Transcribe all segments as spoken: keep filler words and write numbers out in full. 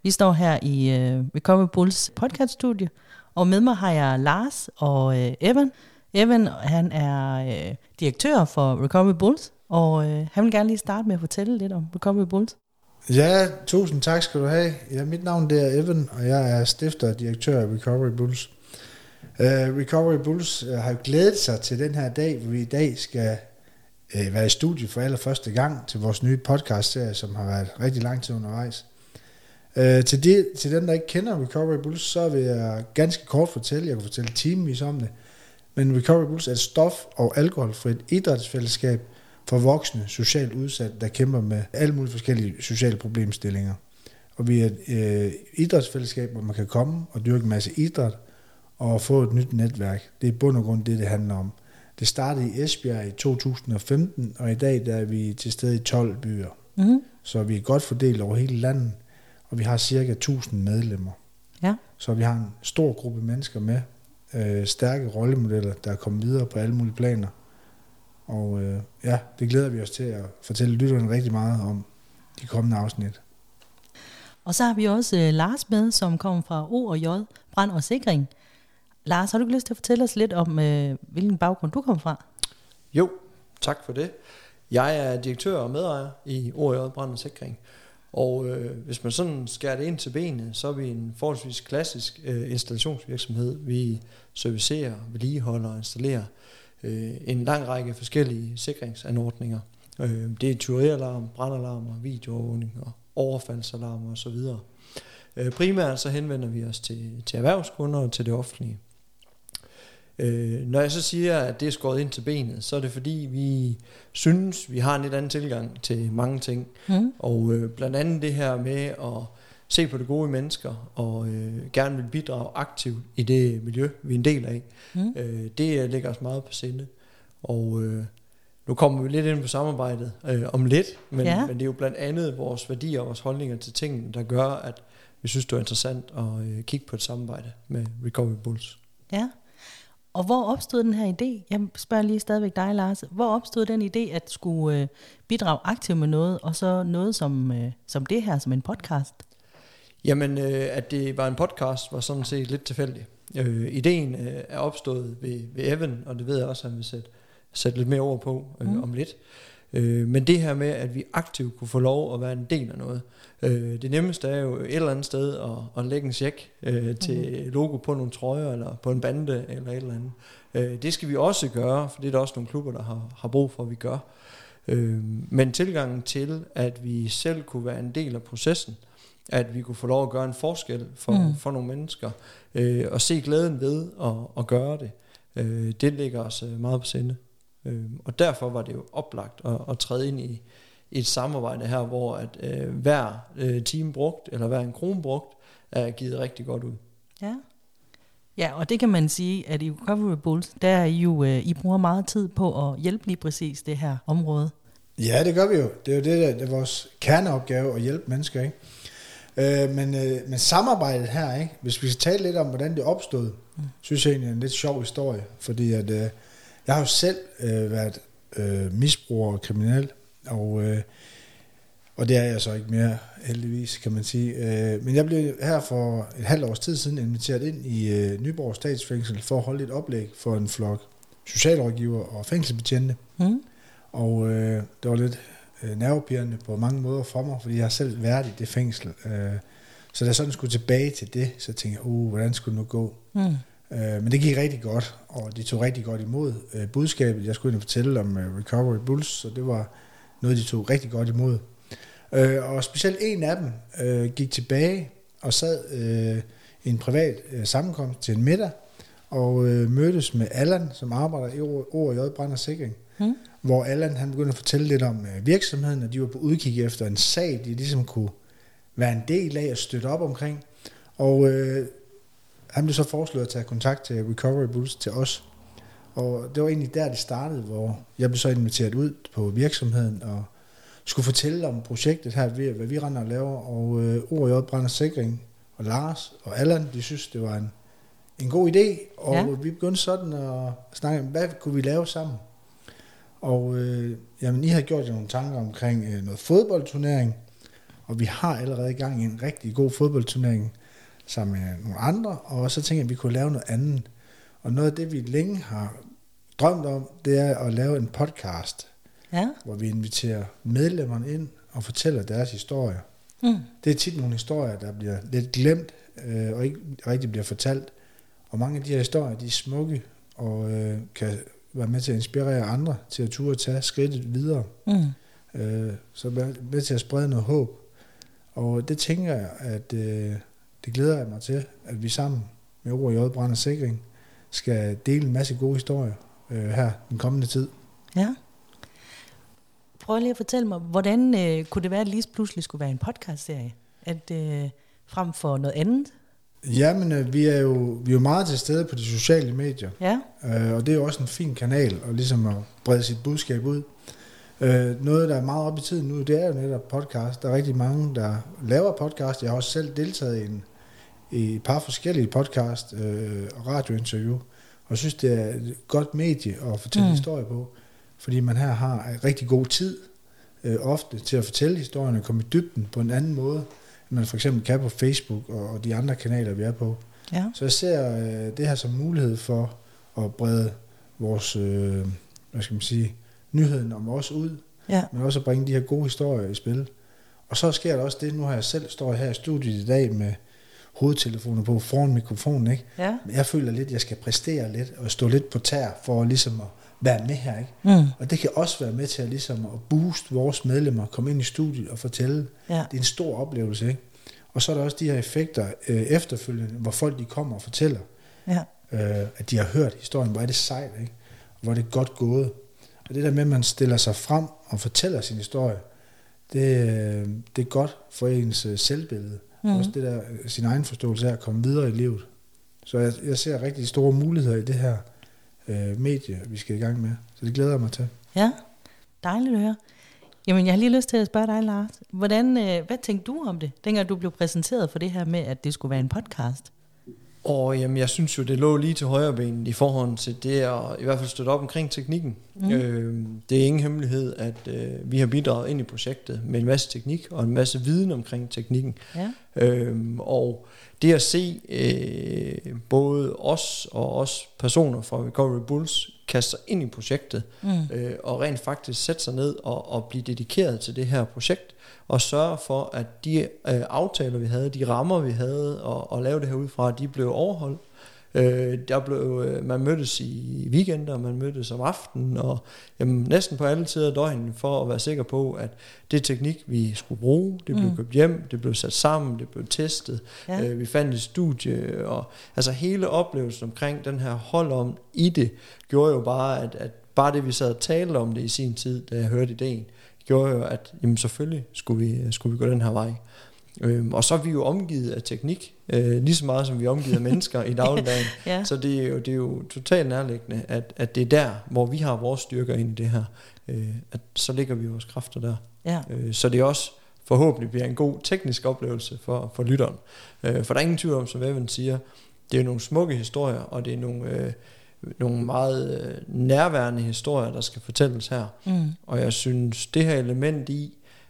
Vi står her i uh, Recovery Bulls podcaststudie, og med mig har jeg Lars og uh, Evan. Evan, han er uh, direktør for Recovery Bulls, og uh, han vil gerne lige starte med at fortælle lidt om Recovery Bulls. Ja, tusind tak skal du have. Ja, mit navn det er Evan, og jeg er stifter og direktør af Recovery Bulls. Uh, Recovery Bulls uh, har jo glædet sig til den her dag, hvor vi i dag skal uh, være i studie for allerførste gang til vores nye podcast-serie, som har været rigtig lang tid undervejs. Uh, til, de, til dem, der ikke kender Recovery Bulls, så vil jeg ganske kort fortælle, jeg kan fortælle timevis om det, men Recovery Bulls er et stof- og alkoholfrit idrætsfællesskab for voksne, socialt udsatte, der kæmper med alle mulige forskellige sociale problemstillinger. Og vi er et øh, idrætsfællesskab, hvor man kan komme og dyrke en masse idræt og få et nyt netværk. Det er i bund og grund det, det handler om. Det startede i Esbjerg i to tusind og femten, og i dag der er vi til stede i tolv byer. Mm-hmm. Så vi er godt fordelt over hele landet, og vi har cirka tusind medlemmer. Ja. Så vi har en stor gruppe mennesker med, øh, stærke rollemodeller, der er kommet videre på alle mulige planer. Og øh, ja, det glæder vi os til at fortælle lytterne rigtig meget om de kommende afsnit. Og så har vi også øh, Lars med, som kommer fra O og J, Brand og Sikring. Lars, har du ikke lyst til at fortælle os lidt om, øh, hvilken baggrund du kommer fra? Jo, tak for det. Jeg er direktør og medejer i O og J, Brand og Sikring. Og øh, hvis man sådan skærer det ind til benet, så er vi en forholdsvis klassisk øh, installationsvirksomhed. Vi servicerer, vedligeholder og installerer øh, en lang række forskellige sikringsanordninger. Øh, det er tyverialarm, brandalarmer, videoovervågning og overfaldsalarmer osv. Øh, primært så henvender vi os til, til erhvervskunder og til det offentlige. Øh, når jeg så siger, at det er skåret ind til benet, så er det fordi, vi synes, vi har en lidt anden tilgang til mange ting. Mm. Og øh, blandt andet det her med at se på det gode i mennesker, og øh, gerne vil bidrage aktivt i det miljø, vi er en del af. Mm. Øh, det ligger os meget på sinde. Og øh, nu kommer vi lidt ind på samarbejdet øh, om lidt, men, ja. men det er jo blandt andet vores værdier og vores holdninger til tingene, der gør, at vi synes, det er interessant at øh, kigge på et samarbejde med Recovery Bulls. Ja. Og hvor opstod den her idé? Jeg spørger lige stadigvæk dig, Lars. Hvor opstod den idé at skulle øh, bidrage aktivt med noget, og så noget som, øh, som det her, som en podcast? Jamen, øh, at det var en podcast, var sådan set lidt tilfældigt. Øh, ideen øh, er opstået ved, ved Evan, og det ved jeg også, at han vil sætte, sætte lidt mere ord på øh, mm. om lidt. Øh, men det her med, at vi aktivt kunne få lov at være en del af noget. Øh, det nemmeste er jo et eller andet sted at, at lægge en check øh, til mm. logo på nogle trøjer, eller på en bande, eller et eller andet. Øh, det skal vi også gøre, for det er der også nogle klubber, der har, har brug for, at vi gør. Øh, men tilgangen til, at vi selv kunne være en del af processen, at vi kunne få lov at gøre en forskel for, mm. for nogle mennesker, øh, og se glæden ved at, at gøre det, øh, det ligger os meget på sinde. Øh, og derfor var det jo oplagt at, at træde ind i, i et samarbejde her, hvor at, øh, hver øh, time brugt, eller hver en krone brugt, er givet rigtig godt ud. Ja. Ja, og det kan man sige, at i Recovery Bulls, der er I jo, øh, I bruger meget tid på at hjælpe lige præcis det her område. Ja, det gør vi jo. Det er jo det, der, det er vores kerneopgave at hjælpe mennesker, ikke? Øh, men, øh, men samarbejdet her, ikke? Hvis vi skal tale lidt om, hvordan det opstod, mm. synes jeg egentlig er en lidt sjov historie, fordi at, øh, jeg har jo selv øh, været øh, misbruger og kriminel, og, øh, og det er jeg så ikke mere, heldigvis, kan man sige. Øh, men jeg blev her for et halvt års tid siden inviteret ind i øh, Nyborg Statsfængsel for at holde et oplæg for en flok socialrådgiver og fængselsbetjente. Mm. Og øh, det var lidt øh, nervepirrende på mange måder for mig, fordi jeg har selv været i det fængsel. Øh, så da jeg sådan skulle tilbage til det, så tænkte jeg, uh, hvordan skulle det nu gå? Mm. Øh, men det gik rigtig godt, og de tog rigtig godt imod øh, budskabet. Jeg skulle ind og fortælle om øh, Recovery Bulls, så det var noget, de tog rigtig godt imod. Øh, og specielt en af dem øh, gik tilbage og sad øh, i en privat øh, sammenkomst til en middag, og øh, mødtes med Allan, som arbejder i O og J, Brand og Sikring. Mm. Hvor Allan, han begyndte at fortælle lidt om øh, virksomheden, og de var på udkig efter en sag, de ligesom kunne være en del af og støtte op omkring. Og øh, han blev så foreslået at tage kontakt til Recovery Bulls til os. Og det var egentlig der, det startede, hvor jeg blev så inviteret ud på virksomheden og skulle fortælle om projektet her, hvad vi render og laver. Og øh, O og J, Brand og Sikring og Lars og Allan, de synes, det var en, en god idé. Og ja. Vi begyndte sådan at snakke om, hvad kunne vi lave sammen? Og øh, jamen, I har gjort jer nogle tanker omkring øh, noget fodboldturnering, Og vi har allerede i gang i en rigtig god fodboldturnering sammen med nogle andre, og så tænker jeg, at vi kunne lave noget andet. Og noget af det, vi længe har drømt om, det er at lave en podcast, ja. hvor vi inviterer medlemmerne ind og fortæller deres historier. Mm. Det er tit nogle historier, der bliver lidt glemt, øh, og ikke rigtig bliver fortalt. Og mange af de her historier, de er smukke, og øh, kan være med til at inspirere andre til at turde tage skridtet videre. Mm. Øh, så er med til at sprede noget håb. Og det tænker jeg, at øh, det glæder jeg mig til, at vi sammen med O R J Brand og Sikring skal dele en masse gode historier øh, her den kommende tid. Ja. Prøv lige at fortælle mig, hvordan øh, kunne det være, at lige pludselig skulle være en podcastserie, at øh, frem for noget andet? Jamen, øh, vi er jo vi er jo meget til stede på de sociale medier, ja. øh, og det er jo også en fin kanal, og ligesom at brede sit budskab ud. Øh, noget, der er meget op i tiden nu, det er jo netop podcast. Der er rigtig mange, der laver podcast. Jeg har også selv deltaget i, en, i et par forskellige podcast øh, og radiointerview, og synes, det er et godt medie at fortælle mm. historier på, fordi man her har rigtig god tid øh, ofte til at fortælle historierne og komme i dybden på en anden måde, end man for eksempel kan på Facebook og, og de andre kanaler, vi er på. Ja. Så jeg ser øh, det her som mulighed for at brede vores, øh, hvad skal man sige, nyheden om os ud, ja. men også at bringe de her gode historier i spil. Og så sker der også det, nu har jeg selv stået her i studiet i dag med hovedtelefoner på foran mikrofonen, ikke? Ja. Men jeg føler lidt, at jeg skal præstere lidt og stå lidt på tær for ligesom at være med her, ikke? Mm. Og det kan også være med til at, ligesom at booste vores medlemmer, komme ind i studiet og fortælle. Ja. Det er en stor oplevelse, ikke? Og så er der også de her effekter øh, efterfølgende, hvor folk de kommer og fortæller, ja. øh, at de har hørt historien, hvor er det sejt, ikke? Og hvor er det godt gået. Og det der med, at man stiller sig frem og fortæller sin historie, det, det er godt for ens selvbillede. Mm. Også det der, sin egen forståelse af at komme videre i livet. Så jeg, jeg ser rigtig store muligheder i det her øh, medie, vi skal i gang med. Så det glæder jeg mig til. Ja, dejligt at høre. Jamen, jeg har lige lyst til at spørge dig, Lars. Hvordan, øh, hvad tænkte du om det, dengang du blev præsenteret for det her med, at det skulle være en podcast? Og jamen, jeg synes jo, det lå lige til højre benet i forhold til det at i hvert fald støtte op omkring teknikken. Mm. Øh, det er ingen hemmelighed, at øh, vi har bidraget ind i projektet med en masse teknik og en masse viden omkring teknikken. Ja. Øh, og det at se øh, både os og os personer fra Recovery Bulls kaste sig ind i projektet mm. øh, og rent faktisk sætte sig ned og, og blive dedikeret til det her projekt og sørge for, at de øh, aftaler, vi havde, de rammer, vi havde, og, og lave det her ud fra, de blev overholdt. Øh, der blev, øh, man mødtes i weekender, man mødtes om aftenen, og jamen, næsten på alle tider af døgnet, for at være sikker på, at det teknik, vi skulle bruge, det blev mm. købt hjem, det blev sat sammen, det blev testet, ja. øh, vi fandt et studie, og altså hele oplevelsen omkring den her hold om i det, gjorde jo bare, at, at bare det, vi sad og talte om det i sin tid, da jeg hørte ideen, gjorde jo, at jamen, selvfølgelig skulle vi, skulle vi gå den her vej. Øhm, og så er vi jo omgivet af teknik, øh, lige så meget som vi er omgivet af mennesker i dagligdagen. ja. Så det er, jo, det er jo totalt nærliggende, at, at det er der, hvor vi har vores styrker ind i det her, øh, at så ligger vi vores kræfter der. Ja. Øh, så det er også forhåbentlig bliver en god teknisk oplevelse for, for lytteren. Øh, for der er ingen tvivl om, som Evan siger, det er nogle smukke historier, og det er nogle, øh, nogle meget øh, nærværende historier, der skal fortælles her. Mm. Og jeg synes, det her element i,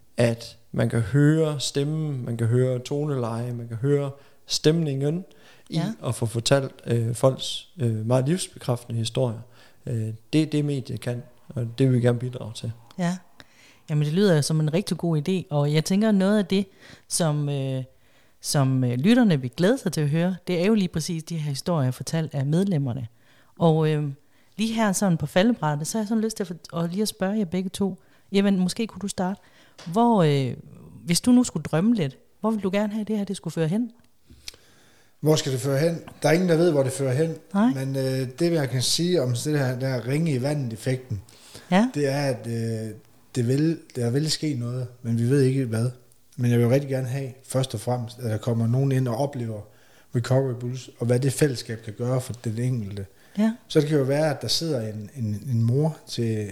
at man kan høre stemmen, man kan høre toneleje, man kan høre stemningen i ja. At få fortalt øh, folks øh, meget livsbekræftende historier. Øh, det det medie kan, og det vil vi gerne bidrage til. Ja, jamen det lyder som en rigtig god idé, og jeg tænker noget af det, som, øh, som øh, lytterne vil glæde sig til at høre, det er jo lige præcis de her historier fortalt af medlemmerne. Og øh, lige her sådan på faldebrættet, så har jeg sådan lyst til at, at lige at spørge jer begge to. Jamen, måske kunne du starte. Hvor, øh, hvis du nu skulle drømme lidt, hvor vil du gerne have det her, det skulle føre hen? Hvor skal det føre hen? Der er ingen, der ved, hvor det fører hen. Nej. Men øh, det, jeg kan sige om det her, der ringe i vandet-effekten, ja. Det er, at øh, det vil, der vil ske noget, men vi ved ikke hvad. Men jeg vil rigtig gerne have, først og fremmest, at der kommer nogen ind og oplever Recovery Bulls, og hvad det fællesskab kan gøre for den enkelte. Ja. Så det kan jo være, at der sidder en, en, en mor til...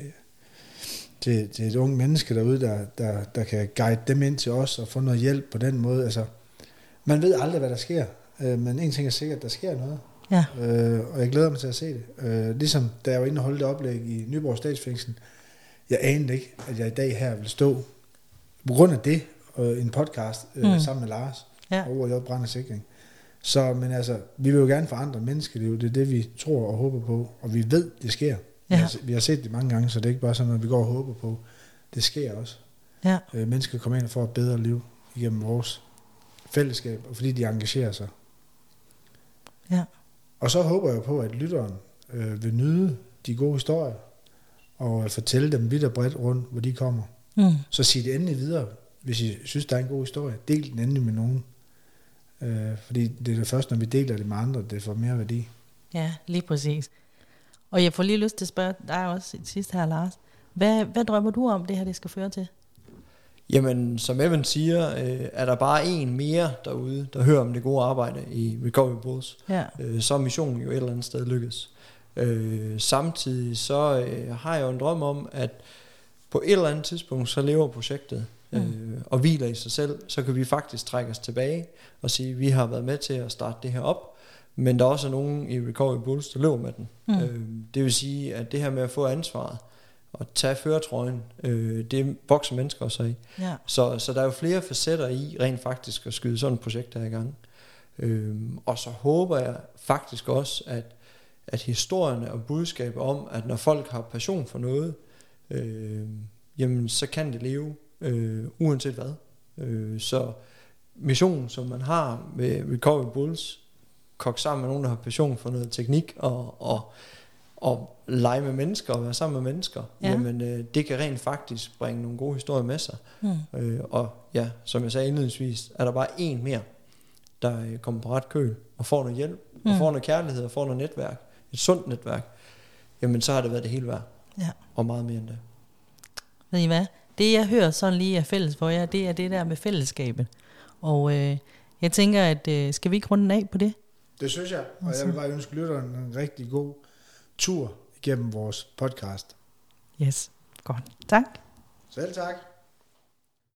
Til, til et unge menneske derude, der, der, der kan guide dem ind til os og få noget hjælp på den måde. Altså, man ved aldrig, hvad der sker, øh, men en ting er sikkert, der sker noget. Ja. Øh, og jeg glæder mig til at se det. Øh, ligesom da jeg var inde og holde det oplæg i Nyborg Statsfængsel, jeg anede ikke, at jeg i dag her vil stå på grund af det, øh, en podcast øh, Mm. sammen med Lars Ja. over i Brand og Sikring. Så, men altså, vi vil jo gerne forandre menneskeliv. Det er det, vi tror og håber på. Og vi ved, det sker. Vi, Ja. har, vi har set det mange gange, så det er ikke bare sådan noget, vi går og håber på. Det sker også. Ja. Øh, mennesker kommer ind og får et bedre liv igennem vores fællesskab, og fordi de engagerer sig. Ja. Og så håber jeg på, at lytteren øh, vil nyde de gode historier, og øh, fortælle dem vidt og bredt rundt, hvor de kommer. Mm. Så sig det endelig videre, hvis I synes, der er en god historie. Del den endelig med nogen. Øh, fordi det er det først, når vi deler det med andre, det får mere værdi. Ja, lige præcis. Og jeg får lige lyst til at spørge dig også i sidste her, Lars. Hvad, hvad drømmer du om, det her det skal føre til? Jamen, som Evan siger, øh, er der bare en mere derude, der hører om det gode arbejde i Recovery Bulls, Ja. øh, så er missionen jo et eller andet sted lykkes. Øh, samtidig så øh, har jeg jo en drøm om, at på et eller andet tidspunkt, så lever projektet øh, mm. og hviler i sig selv, så kan vi faktisk trække os tilbage og sige, at vi har været med til at starte det her op, men der er også nogen i Recovery Bulls, der løber med den. Mm. Øh, det vil sige, at det her med at få ansvaret, og tage førertrøjen, øh, det vokser mennesker også i. Ja. Så, så der er jo flere facetter i rent faktisk at skyde sådan et projekt her i gang. Øh, og så håber jeg faktisk også, at, at historierne og budskaber om, at når folk har passion for noget, øh, jamen så kan det leve, øh, uanset hvad. Øh, så missionen, som man har med Recovery Bulls, kogt sammen med nogen, der har passion for noget teknik og, og og lege med mennesker og være sammen med mennesker, ja. jamen øh, det kan rent faktisk bringe nogle gode historier med sig. Mm. Øh, og ja, som jeg sagde indledningsvis, er der bare en mere, der øh, kommer på ret køl og får noget hjælp, mm. og får noget kærlighed og får noget netværk, et sundt netværk, jamen så har det været det hele værd. Ja. Og meget mere end det. Ved I hvad? Det jeg hører sådan lige er fælles for jer, det er det der med fællesskabet. Og øh, jeg tænker, at øh, skal vi ikke runde af på det? Det synes jeg, og jeg vil bare ønske lytteren en rigtig god tur igennem vores podcast. Yes, godt. Tak. Selv tak.